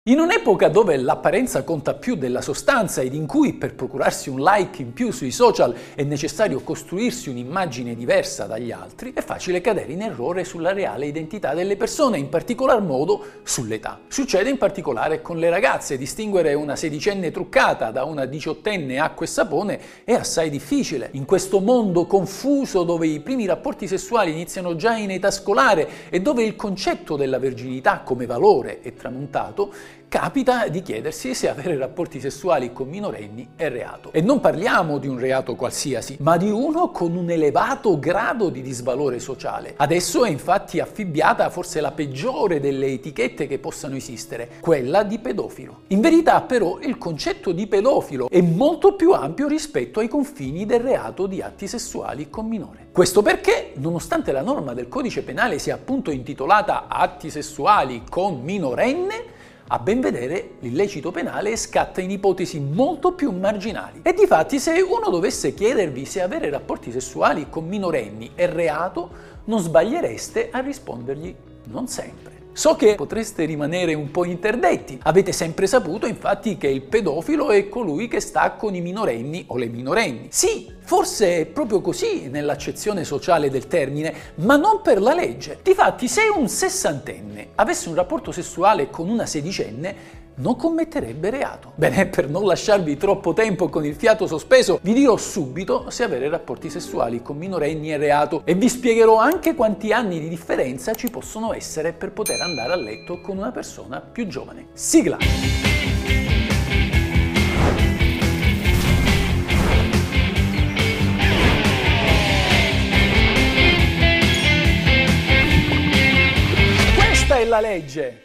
In un'epoca dove l'apparenza conta più della sostanza ed in cui per procurarsi un like in più sui social è necessario costruirsi un'immagine diversa dagli altri, è facile cadere in errore sulla reale identità delle persone, in particolar modo sull'età. Succede in particolare con le ragazze. Distinguere una sedicenne truccata da una diciottenne acqua e sapone è assai difficile. In questo mondo confuso dove i primi rapporti sessuali iniziano già in età scolare e dove il concetto della verginità come valore è tramontato, capita di chiedersi se avere rapporti sessuali con minorenni è reato. E non parliamo di un reato qualsiasi, ma di uno con un elevato grado di disvalore sociale. Adesso è infatti affibbiata forse la peggiore delle etichette che possano esistere, quella di pedofilo. In verità però il concetto di pedofilo è molto più ampio rispetto ai confini del reato di atti sessuali con minore. Questo perché, nonostante la norma del codice penale sia appunto intitolata atti sessuali con minorenne, a ben vedere, l'illecito penale scatta in ipotesi molto più marginali. E difatti, se uno dovesse chiedervi se avere rapporti sessuali con minorenni è reato, non sbagliereste a rispondergli non sempre. So che potreste rimanere un po' interdetti. Avete sempre saputo, infatti, che il pedofilo è colui che sta con i minorenni o le minorenni. Sì, forse è proprio così nell'accezione sociale del termine, ma non per la legge. Difatti, se un sessantenne avesse un rapporto sessuale con una sedicenne, non commetterebbe reato. Bene, per non lasciarvi troppo tempo con il fiato sospeso, vi dirò subito se avere rapporti sessuali con minorenni è reato e vi spiegherò anche quanti anni di differenza ci possono essere per poter andare a letto con una persona più giovane. Sigla! Questa è la legge!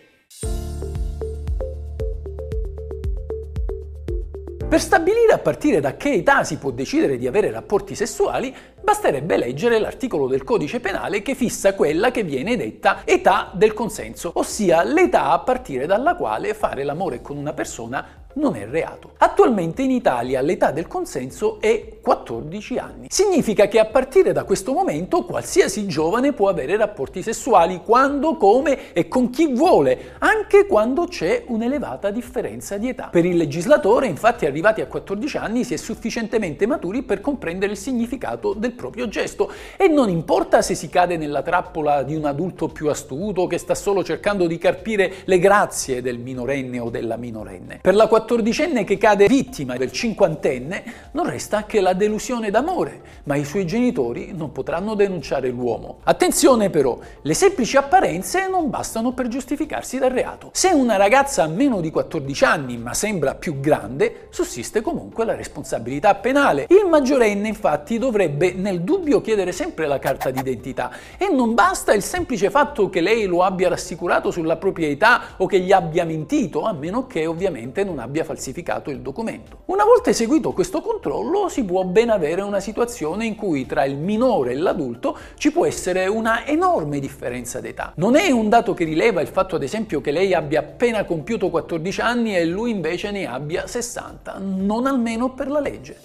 Per stabilire a partire da che età si può decidere di avere rapporti sessuali, basterebbe leggere l'articolo del codice penale che fissa quella che viene detta età del consenso, ossia l'età a partire dalla quale fare l'amore con una persona non è reato. Attualmente in Italia l'età del consenso è 14 anni. Significa che a partire da questo momento qualsiasi giovane può avere rapporti sessuali quando, come e con chi vuole, anche quando c'è un'elevata differenza di età. Per il legislatore, infatti, arrivati a 14 anni si è sufficientemente maturi per comprendere il significato del proprio gesto e non importa se si cade nella trappola di un adulto più astuto che sta solo cercando di carpire le grazie del minorenne o della minorenne. Per la 14enne che cade vittima del cinquantenne non resta che la delusione d'amore, ma i suoi genitori non potranno denunciare l'uomo. Attenzione però, le semplici apparenze non bastano per giustificarsi dal reato. Se una ragazza ha meno di 14 anni ma sembra più grande, sussiste comunque la responsabilità penale. Il maggiorenne infatti dovrebbe nel dubbio chiedere sempre la carta d'identità e non basta il semplice fatto che lei lo abbia rassicurato sulla propria età o che gli abbia mentito, a meno che ovviamente non abbia falsificato il documento. Una volta eseguito questo controllo si può ben avere una situazione in cui tra il minore e l'adulto ci può essere una enorme differenza d'età. Non è un dato che rileva il fatto ad esempio che lei abbia appena compiuto 14 anni e lui invece ne abbia 60, non almeno per la legge.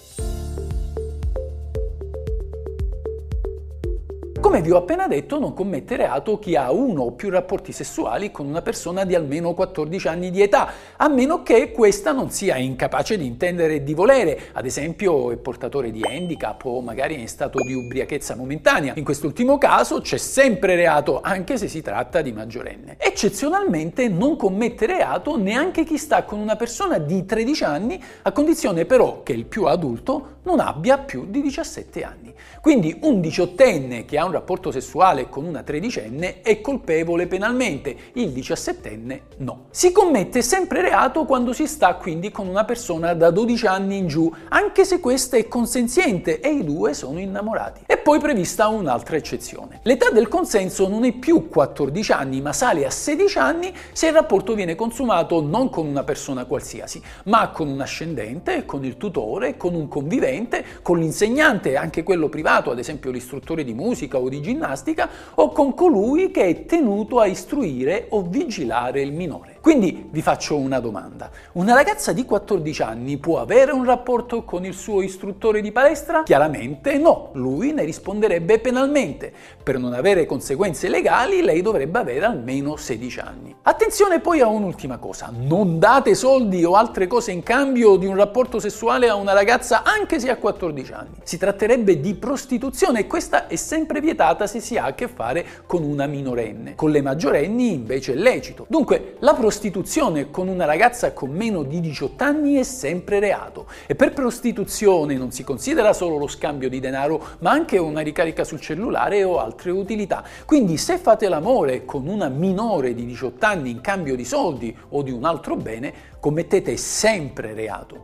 Come vi ho appena detto, non commette reato chi ha uno o più rapporti sessuali con una persona di almeno 14 anni di età, a meno che questa non sia incapace di intendere e di volere, ad esempio è portatore di handicap o magari è in stato di ubriachezza momentanea. In quest'ultimo caso c'è sempre reato, anche se si tratta di maggiorenne. Eccezionalmente non commette reato neanche chi sta con una persona di 13 anni, a condizione però che il più adulto non abbia più di 17 anni. Quindi un diciottenne che ha un rapporto sessuale con una tredicenne è colpevole penalmente, il diciassettenne no. Si commette sempre reato quando si sta quindi con una persona da 12 anni in giù, anche se questa è consenziente e i due sono innamorati. È poi prevista un'altra eccezione. L'età del consenso non è più 14 anni, ma sale a 16 anni se il rapporto viene consumato non con una persona qualsiasi, ma con un ascendente, con il tutore, con un convivente, con l'insegnante, anche quello privato, ad esempio l'istruttore di musica o di ginnastica, o con colui che è tenuto a istruire o vigilare il minore. Quindi vi faccio una domanda. Una ragazza di 14 anni può avere un rapporto con il suo istruttore di palestra? Chiaramente no, lui ne risponderebbe penalmente. Per non avere conseguenze legali lei dovrebbe avere almeno 16 anni. Attenzione poi a un'ultima cosa, non date soldi o altre cose in cambio di un rapporto sessuale a una ragazza anche se ha 14 anni. Si tratterebbe di prostituzione e questa è sempre vietata se si ha a che fare con una minorenne. Con le maggiorenni invece è lecito. Dunque la prostituzione con una ragazza con meno di 18 anni è sempre reato e per prostituzione non si considera solo lo scambio di denaro ma anche una ricarica sul cellulare o altre utilità. Quindi se fate l'amore con una minore di 18 anni in cambio di soldi o di un altro bene, commettete sempre reato.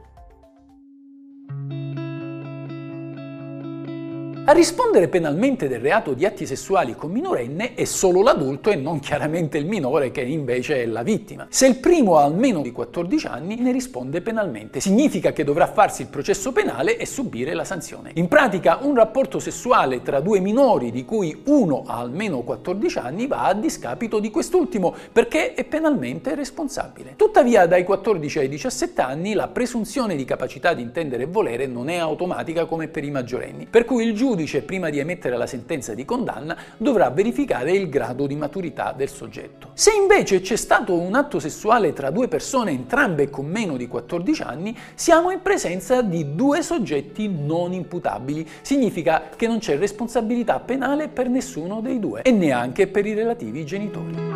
A rispondere penalmente del reato di atti sessuali con minorenne è solo l'adulto e non chiaramente il minore che invece è la vittima. Se il primo ha almeno di 14 anni ne risponde penalmente. Significa che dovrà farsi il processo penale e subire la sanzione. In pratica un rapporto sessuale tra due minori di cui uno ha almeno 14 anni va a discapito di quest'ultimo perché è penalmente responsabile. Tuttavia dai 14 ai 17 anni la presunzione di capacità di intendere e volere non è automatica come per i maggiorenni, per cui il giudice prima di emettere la sentenza di condanna dovrà verificare il grado di maturità del soggetto. Se invece c'è stato un atto sessuale tra due persone entrambe con meno di 14 anni, siamo in presenza di due soggetti non imputabili. Significa che non c'è responsabilità penale per nessuno dei due e neanche per i relativi genitori.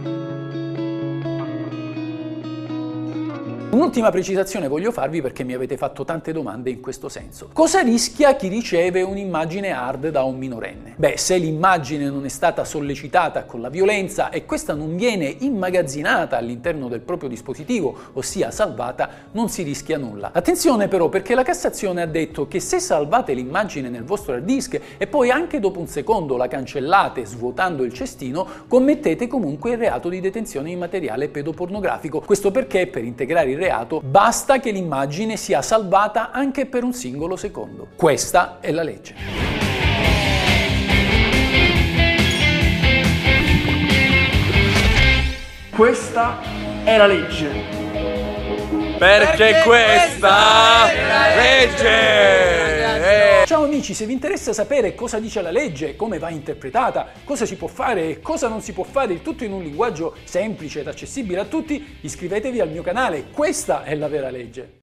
Un'ultima precisazione voglio farvi perché mi avete fatto tante domande in questo senso. Cosa rischia chi riceve un'immagine hard da un minorenne? Beh, se l'immagine non è stata sollecitata con la violenza e questa non viene immagazzinata all'interno del proprio dispositivo, ossia salvata, non si rischia nulla. Attenzione però perché la Cassazione ha detto che se salvate l'immagine nel vostro hard disk e poi anche dopo un secondo la cancellate svuotando il cestino, commettete comunque il reato di detenzione di materiale pedopornografico. Questo perché per integrare il reato basta che l'immagine sia salvata anche per un singolo secondo. Questa è la legge. Questa è la legge. Perché questa è la legge! Ciao amici, se vi interessa sapere cosa dice la legge, come va interpretata, cosa si può fare e cosa non si può fare, il tutto in un linguaggio semplice ed accessibile a tutti, iscrivetevi al mio canale. Questa è la vera legge.